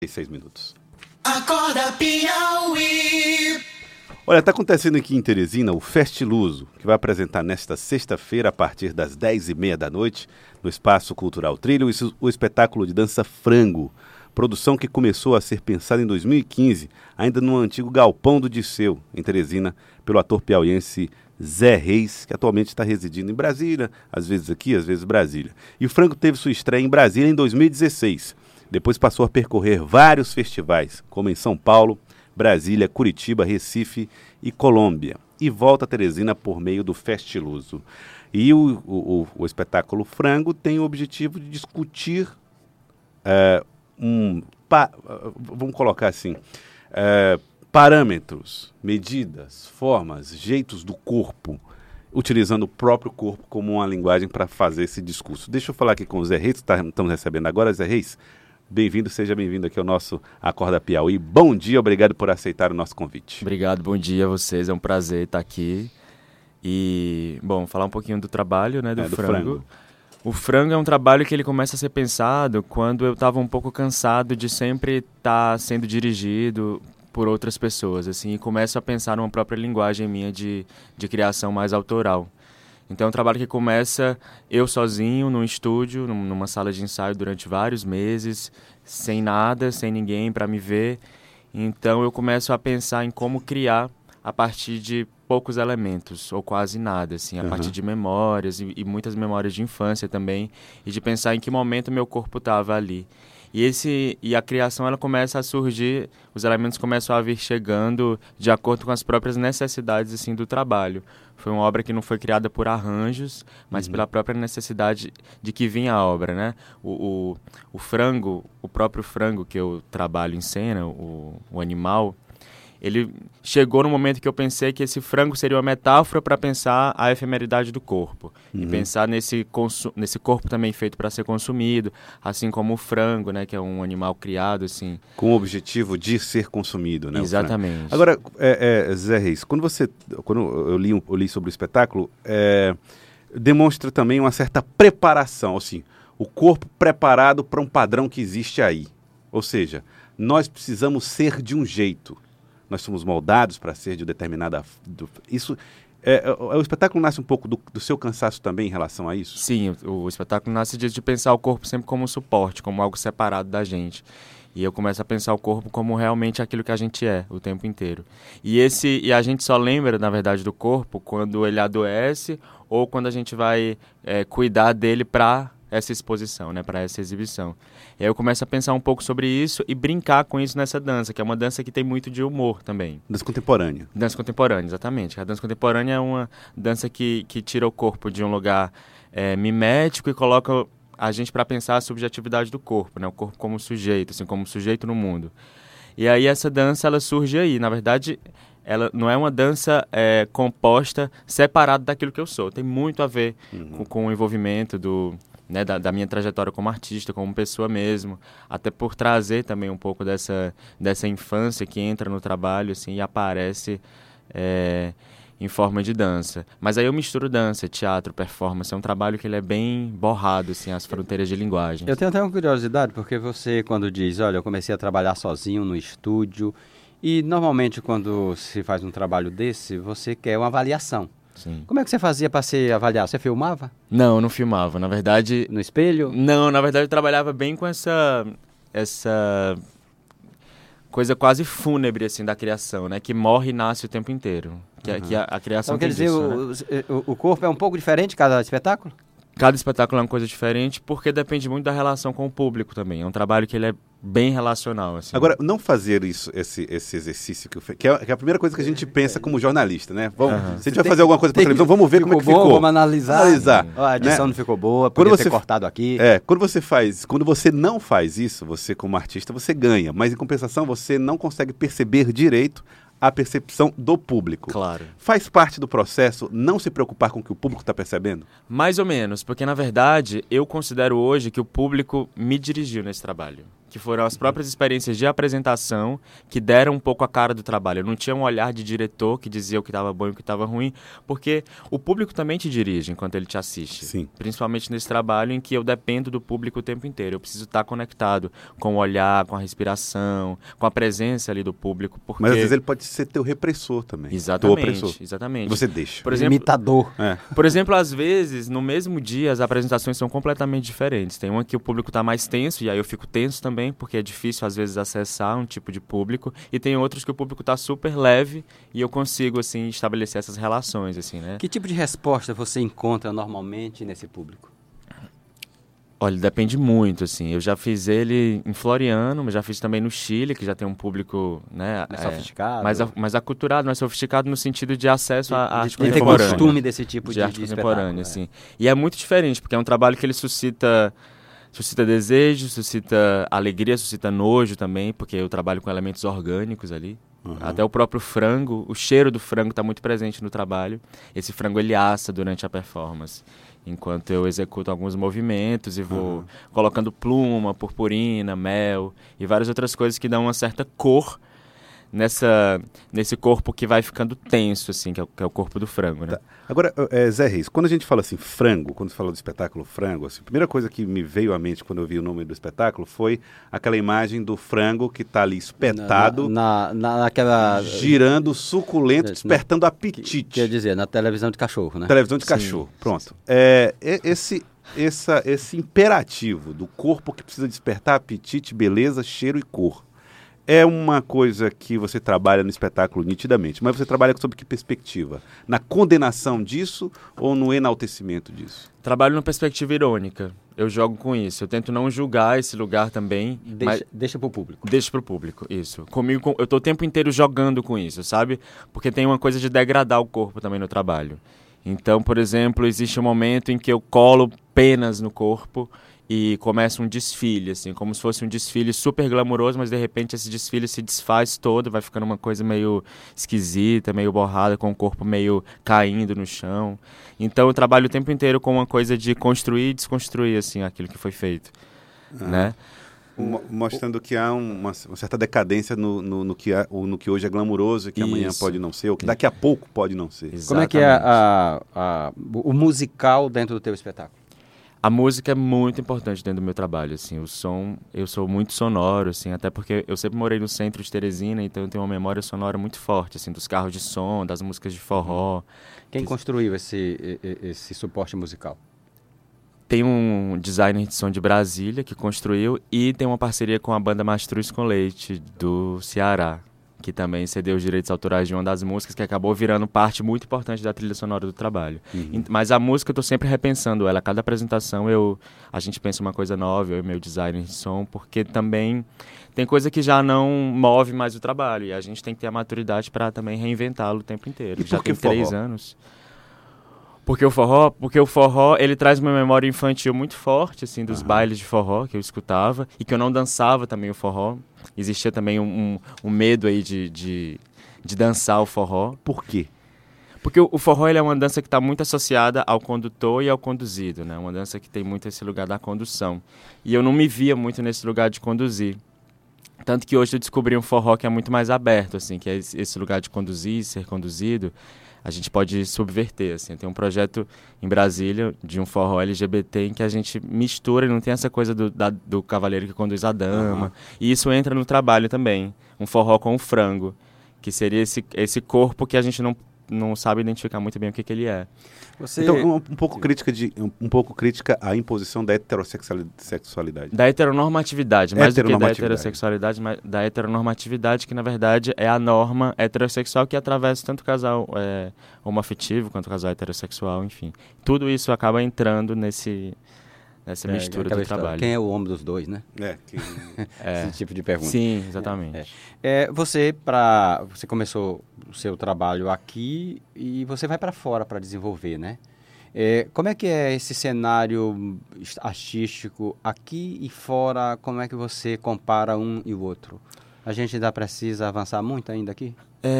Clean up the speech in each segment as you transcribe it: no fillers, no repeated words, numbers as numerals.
6 minutos. Acorda Piauí. Olha, está acontecendo aqui em Teresina o Festiluso, que vai apresentar nesta sexta-feira, a partir das 10h30 da noite, no Espaço Cultural Trilho, o espetáculo de dança Frango. Produção que começou a ser pensada em 2015, ainda no antigo Galpão do Disseu, em Teresina, pelo ator piauiense Zé Reis, que atualmente está residindo em Brasília, às vezes aqui, às vezes Brasília. E o Frango teve sua estreia em Brasília em 2016. Depois passou a percorrer vários festivais, como em São Paulo, Brasília, Curitiba, Recife e Colômbia. E volta a Teresina por meio do Festiluso. E o espetáculo Frango tem o objetivo de discutir vamos colocar assim, parâmetros, medidas, formas, jeitos do corpo, utilizando o próprio corpo como uma linguagem para fazer esse discurso. Deixa eu falar aqui com o Zé Reis, que estamos recebendo agora. Zé Reis, bem-vindo, seja bem-vindo aqui ao nosso Acorda Piauí. Bom dia, obrigado por aceitar o nosso convite. Obrigado, bom dia a vocês, é um prazer estar aqui. E, bom, falar um pouquinho do trabalho, né, do Frango. O Frango é um trabalho que ele começa a ser pensado quando eu estava um pouco cansado de sempre estar sendo dirigido por outras pessoas, assim, e começo a pensar numa própria linguagem minha de criação mais autoral. Então é um trabalho que começa eu sozinho, num estúdio, numa sala de ensaio durante vários meses, sem nada, sem ninguém para me ver. Então eu começo a pensar em como criar a partir de poucos elementos, ou quase nada, assim, a partir de memórias e muitas memórias de infância também, e de pensar em que momento meu corpo estava ali. E a criação ela começa a surgir, os elementos começam a vir chegando de acordo com as próprias necessidades assim, do trabalho. Foi uma obra que não foi criada por arranjos, mas pela própria necessidade de que vinha a obra, né? O frango, o próprio frango que eu trabalho em cena, o animal, ele chegou no momento que eu pensei que esse frango seria uma metáfora para pensar a efemeridade do corpo. E pensar nesse corpo também feito para ser consumido, assim como o frango, né, que é um animal criado assim. Com o objetivo de ser consumido, né? Exatamente. Agora, Zé Reis, quando eu li sobre o espetáculo, demonstra também uma certa preparação, assim, o corpo preparado para um padrão que existe aí. Ou seja, nós precisamos ser de um jeito. Nós somos moldados para ser de determinada... Isso, o espetáculo nasce um pouco do seu cansaço também em relação a isso? Sim, o espetáculo nasce de pensar o corpo sempre como um suporte, como algo separado da gente. E eu começo a pensar o corpo como realmente aquilo que a gente é o tempo inteiro. E a gente só lembra, na verdade, do corpo quando ele adoece ou quando a gente vai cuidar dele para essa exposição, né, para essa exibição. E aí eu começo a pensar um pouco sobre isso e brincar com isso nessa dança, que é uma dança que tem muito de humor também. Dança contemporânea. Dança contemporânea, exatamente. A dança contemporânea é uma dança que tira o corpo de um lugar mimético e coloca a gente para pensar a subjetividade do corpo, né, o corpo como sujeito, assim, como sujeito no mundo. E aí essa dança, ela surge aí. Na verdade, ela não é uma dança composta, separada daquilo que eu sou. Tem muito a ver com o envolvimento da minha trajetória como artista, como pessoa mesmo, até por trazer também um pouco dessa infância que entra no trabalho assim, e aparece em forma de dança. Mas aí eu misturo dança, teatro, performance, é um trabalho que ele é bem borrado, assim, as fronteiras de linguagem. Eu tenho até uma curiosidade, porque você, quando diz, olha, eu comecei a trabalhar sozinho no estúdio, e normalmente quando se faz um trabalho desse, você quer uma avaliação. Sim. Como é que você fazia para ser avaliado? Você filmava? Não, eu não filmava. Na verdade... No espelho? Não, na verdade eu trabalhava bem com essa coisa quase fúnebre, assim, da criação, né? Que morre e nasce o tempo inteiro. Que a criação então, tem quer dizer, disso, né? o corpo é um pouco diferente cada espetáculo? Cada espetáculo é uma coisa diferente porque depende muito da relação com o público também. É um trabalho que ele é bem relacional. Assim. Agora, não fazer esse exercício que é a primeira coisa que a gente pensa como jornalista, né? Se a gente vai fazer alguma coisa para televisão, vamos ver como é que ficou. Vamos analisar. A edição não ficou boa, podia ter cortado aqui. Quando você não faz isso, você como artista, você ganha. Mas em compensação, você não consegue perceber direito a percepção do público. Claro. Faz parte do processo não se preocupar com o que o público está percebendo? Mais ou menos, porque na verdade eu considero hoje que o público me dirigiu nesse trabalho. que foram as próprias experiências de apresentação que deram um pouco a cara do trabalho. Eu não tinha um olhar de diretor que dizia o que estava bom e o que estava ruim, porque o público também te dirige enquanto ele te assiste. Sim. Principalmente nesse trabalho em que eu dependo do público o tempo inteiro. Eu preciso estar conectado com o olhar, com a respiração, com a presença ali do público. Porque... Mas às vezes ele pode ser teu repressor também. Exatamente, teu opressor. exatamente. Você deixa. Por exemplo, Imitador. Por exemplo, às vezes, no mesmo dia, as apresentações são completamente diferentes. Tem uma que o público está mais tenso, e aí eu fico tenso também, porque é difícil, às vezes, acessar um tipo de público. E tem outros que o público está super leve e eu consigo, assim, estabelecer essas relações, assim, né? Que tipo de resposta você encontra normalmente nesse público? Olha, depende muito, assim. Eu já fiz ele em Floriano, mas já fiz também no Chile, que já tem um público, né? Mais sofisticado? Mais aculturado, mais sofisticado no sentido de acesso à arte Ele tem contemporânea. costume desse tipo de arte contemporânea, espetáculo, assim. E é muito diferente, porque é um trabalho que ele suscita desejo, suscita alegria, suscita nojo também, porque eu trabalho com elementos orgânicos ali. Até o próprio frango, o cheiro do frango está muito presente no trabalho. Esse frango ele assa durante a performance, enquanto eu executo alguns movimentos e vou colocando pluma, purpurina, mel e várias outras coisas que dão uma certa cor nesse corpo que vai ficando tenso, assim, que é o corpo do frango, né? Tá. Agora, Zé Reis, quando a gente fala assim, frango, quando você fala do espetáculo frango, assim, a primeira coisa que me veio à mente quando eu vi o nome do espetáculo foi aquela imagem do frango que está ali espetado, naquela... girando, suculento, despertando apetite. Quer dizer, na televisão de cachorro, né? Televisão de cachorro, pronto. Esse imperativo do corpo que precisa despertar apetite, beleza, cheiro e cor. É uma coisa que você trabalha no espetáculo nitidamente, mas você trabalha sob que perspectiva? Na condenação disso ou no enaltecimento disso? Trabalho numa perspectiva irônica. Eu jogo com isso. Eu tento não julgar esse lugar também. Deixa pro público. Deixa pro público, isso. Comigo, eu tô o tempo inteiro jogando com isso, sabe? Porque tem uma coisa de degradar o corpo também no trabalho. Então, por exemplo, existe um momento em que eu colo penas no corpo e começa um desfile, assim, como se fosse um desfile super glamouroso, mas de repente esse desfile se desfaz todo, vai ficando uma coisa meio esquisita, meio borrada, com o corpo meio caindo no chão. Então eu trabalho o tempo inteiro com uma coisa de construir e desconstruir, assim, aquilo que foi feito, né? Mostrando que há uma certa decadência no que hoje é glamouroso e que amanhã pode não ser, ou que daqui a pouco pode não ser. Exatamente. Como é que é o musical dentro do teu espetáculo? A música é muito importante dentro do meu trabalho, assim, o som, eu sou muito sonoro, assim, até porque eu sempre morei no centro de Teresina, então eu tenho uma memória sonora muito forte, assim, dos carros de som, das músicas de forró. Quem construiu esse suporte musical? Tem um designer de som de Brasília que construiu e tem uma parceria com a banda Mastruz com Leite, do Ceará, que também cedeu os direitos autorais de uma das músicas, que acabou virando parte muito importante da trilha sonora do trabalho. Mas a música eu estou sempre repensando ela. Cada apresentação a gente pensa uma coisa nova, eu e meu designer de som, porque também tem coisa que já não move mais o trabalho, e a gente tem que ter a maturidade para também reinventá-lo o tempo inteiro. E já por que tem 3 forró? anos. Porque o forró, ele traz uma memória infantil muito forte, assim, dos bailes de forró que eu escutava e que eu não dançava também o forró. Existia também um medo aí de dançar o forró. Por quê? Porque o forró ele é uma dança que está muito associada ao condutor e ao conduzido, né? Uma dança que tem muito esse lugar da condução. E eu não me via muito nesse lugar de conduzir. Tanto que hoje eu descobri um forró que é muito mais aberto, assim, que é esse lugar de conduzir, ser conduzido. A gente pode subverter, assim. Tem um projeto em Brasília de um forró LGBT em que a gente mistura e não tem essa coisa do cavaleiro que conduz a dama. E isso entra no trabalho também. Um forró com o frango, que seria esse corpo que a gente não sabe identificar muito bem o que ele é. Então, um pouco crítica à imposição da heterossexualidade. Da heteronormatividade, mais do que da heterossexualidade, mas da heteronormatividade, que na verdade é a norma heterossexual que atravessa tanto o casal homoafetivo quanto o casal heterossexual, enfim. Tudo isso acaba entrando nessa mistura do trabalho. Quem é o homem dos dois, né? Esse tipo de pergunta. Sim, exatamente. Você começou o seu trabalho aqui e você vai para fora para desenvolver, né? Como é que é esse cenário artístico aqui e fora? Como é que você compara um e o outro? A gente ainda precisa avançar muito ainda aqui?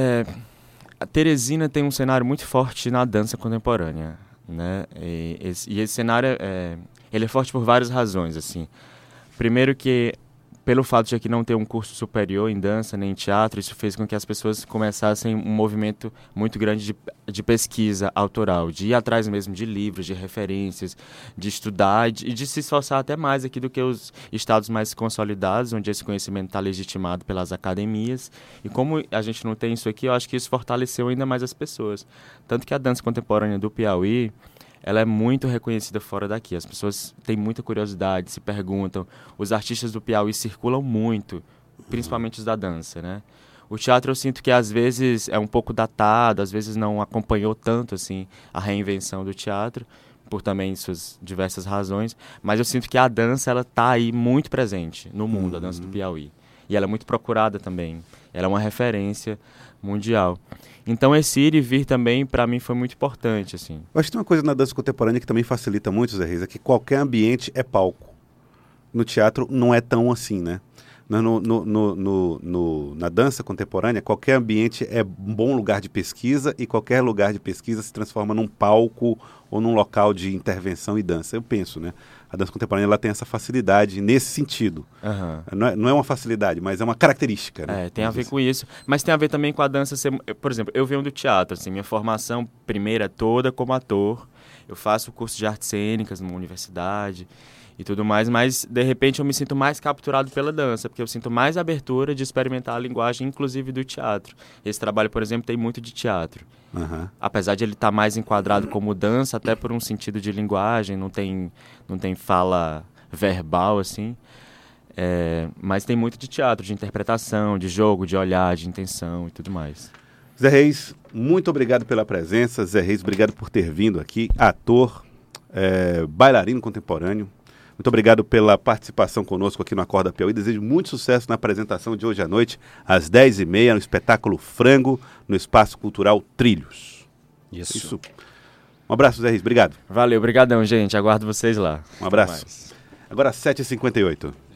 A Teresina tem um cenário muito forte na dança contemporânea, né? E esse cenário ele é forte por várias razões, assim. Primeiro que pelo fato de aqui não ter um curso superior em dança nem em teatro, isso fez com que as pessoas começassem um movimento muito grande de pesquisa autoral, de ir atrás mesmo de livros, de referências, de estudar e de se esforçar até mais aqui do que os estados mais consolidados, onde esse conhecimento está legitimado pelas academias. E como a gente não tem isso aqui, eu acho que isso fortaleceu ainda mais as pessoas. Tanto que a dança contemporânea do Piauí, ela é muito reconhecida fora daqui. As pessoas têm muita curiosidade, se perguntam. Os artistas do Piauí circulam muito, principalmente os da dança, né? O teatro eu sinto que às vezes é um pouco datado, às vezes não acompanhou tanto assim a reinvenção do teatro, por também suas diversas razões, mas eu sinto que a dança ela tá aí muito presente no mundo, a dança do Piauí. E ela é muito procurada também. Ela é uma referência mundial. Então esse ir e vir também, para mim, foi muito importante, assim. Eu acho que tem uma coisa na dança contemporânea que também facilita muito, Zé Reis, é que qualquer ambiente é palco. No teatro não é tão assim, né? Na dança contemporânea, qualquer ambiente é um bom lugar de pesquisa e qualquer lugar de pesquisa se transforma num palco ou num local de intervenção e dança. Eu penso, né? A dança contemporânea ela tem essa facilidade nesse sentido. Não é uma facilidade, mas é uma característica. Né? Tem a ver com isso. Mas tem a ver também com a dança ser... Por exemplo, eu venho do teatro, assim, minha formação primeira toda como ator. Eu faço curso de artes cênicas numa universidade e tudo mais, mas de repente eu me sinto mais capturado pela dança, porque eu sinto mais abertura de experimentar a linguagem, inclusive do teatro. Esse trabalho, por exemplo, tem muito de teatro. Apesar de ele estar mais enquadrado como dança, até por um sentido de linguagem, não tem fala verbal, assim, mas tem muito de teatro, de interpretação, de jogo, de olhar, de intenção e tudo mais. Zé Reis, muito obrigado pela presença. Zé Reis, obrigado por ter vindo aqui, ator, bailarino contemporâneo. Muito obrigado pela participação conosco aqui no Acorda Piauí. Desejo muito sucesso na apresentação de hoje à noite, às 10h30, no espetáculo Frango, no Espaço Cultural Trilhos. Isso. Um abraço, Zé Reis. Obrigado. Valeu, obrigadão, gente. Aguardo vocês lá. Um abraço. Agora 7h58.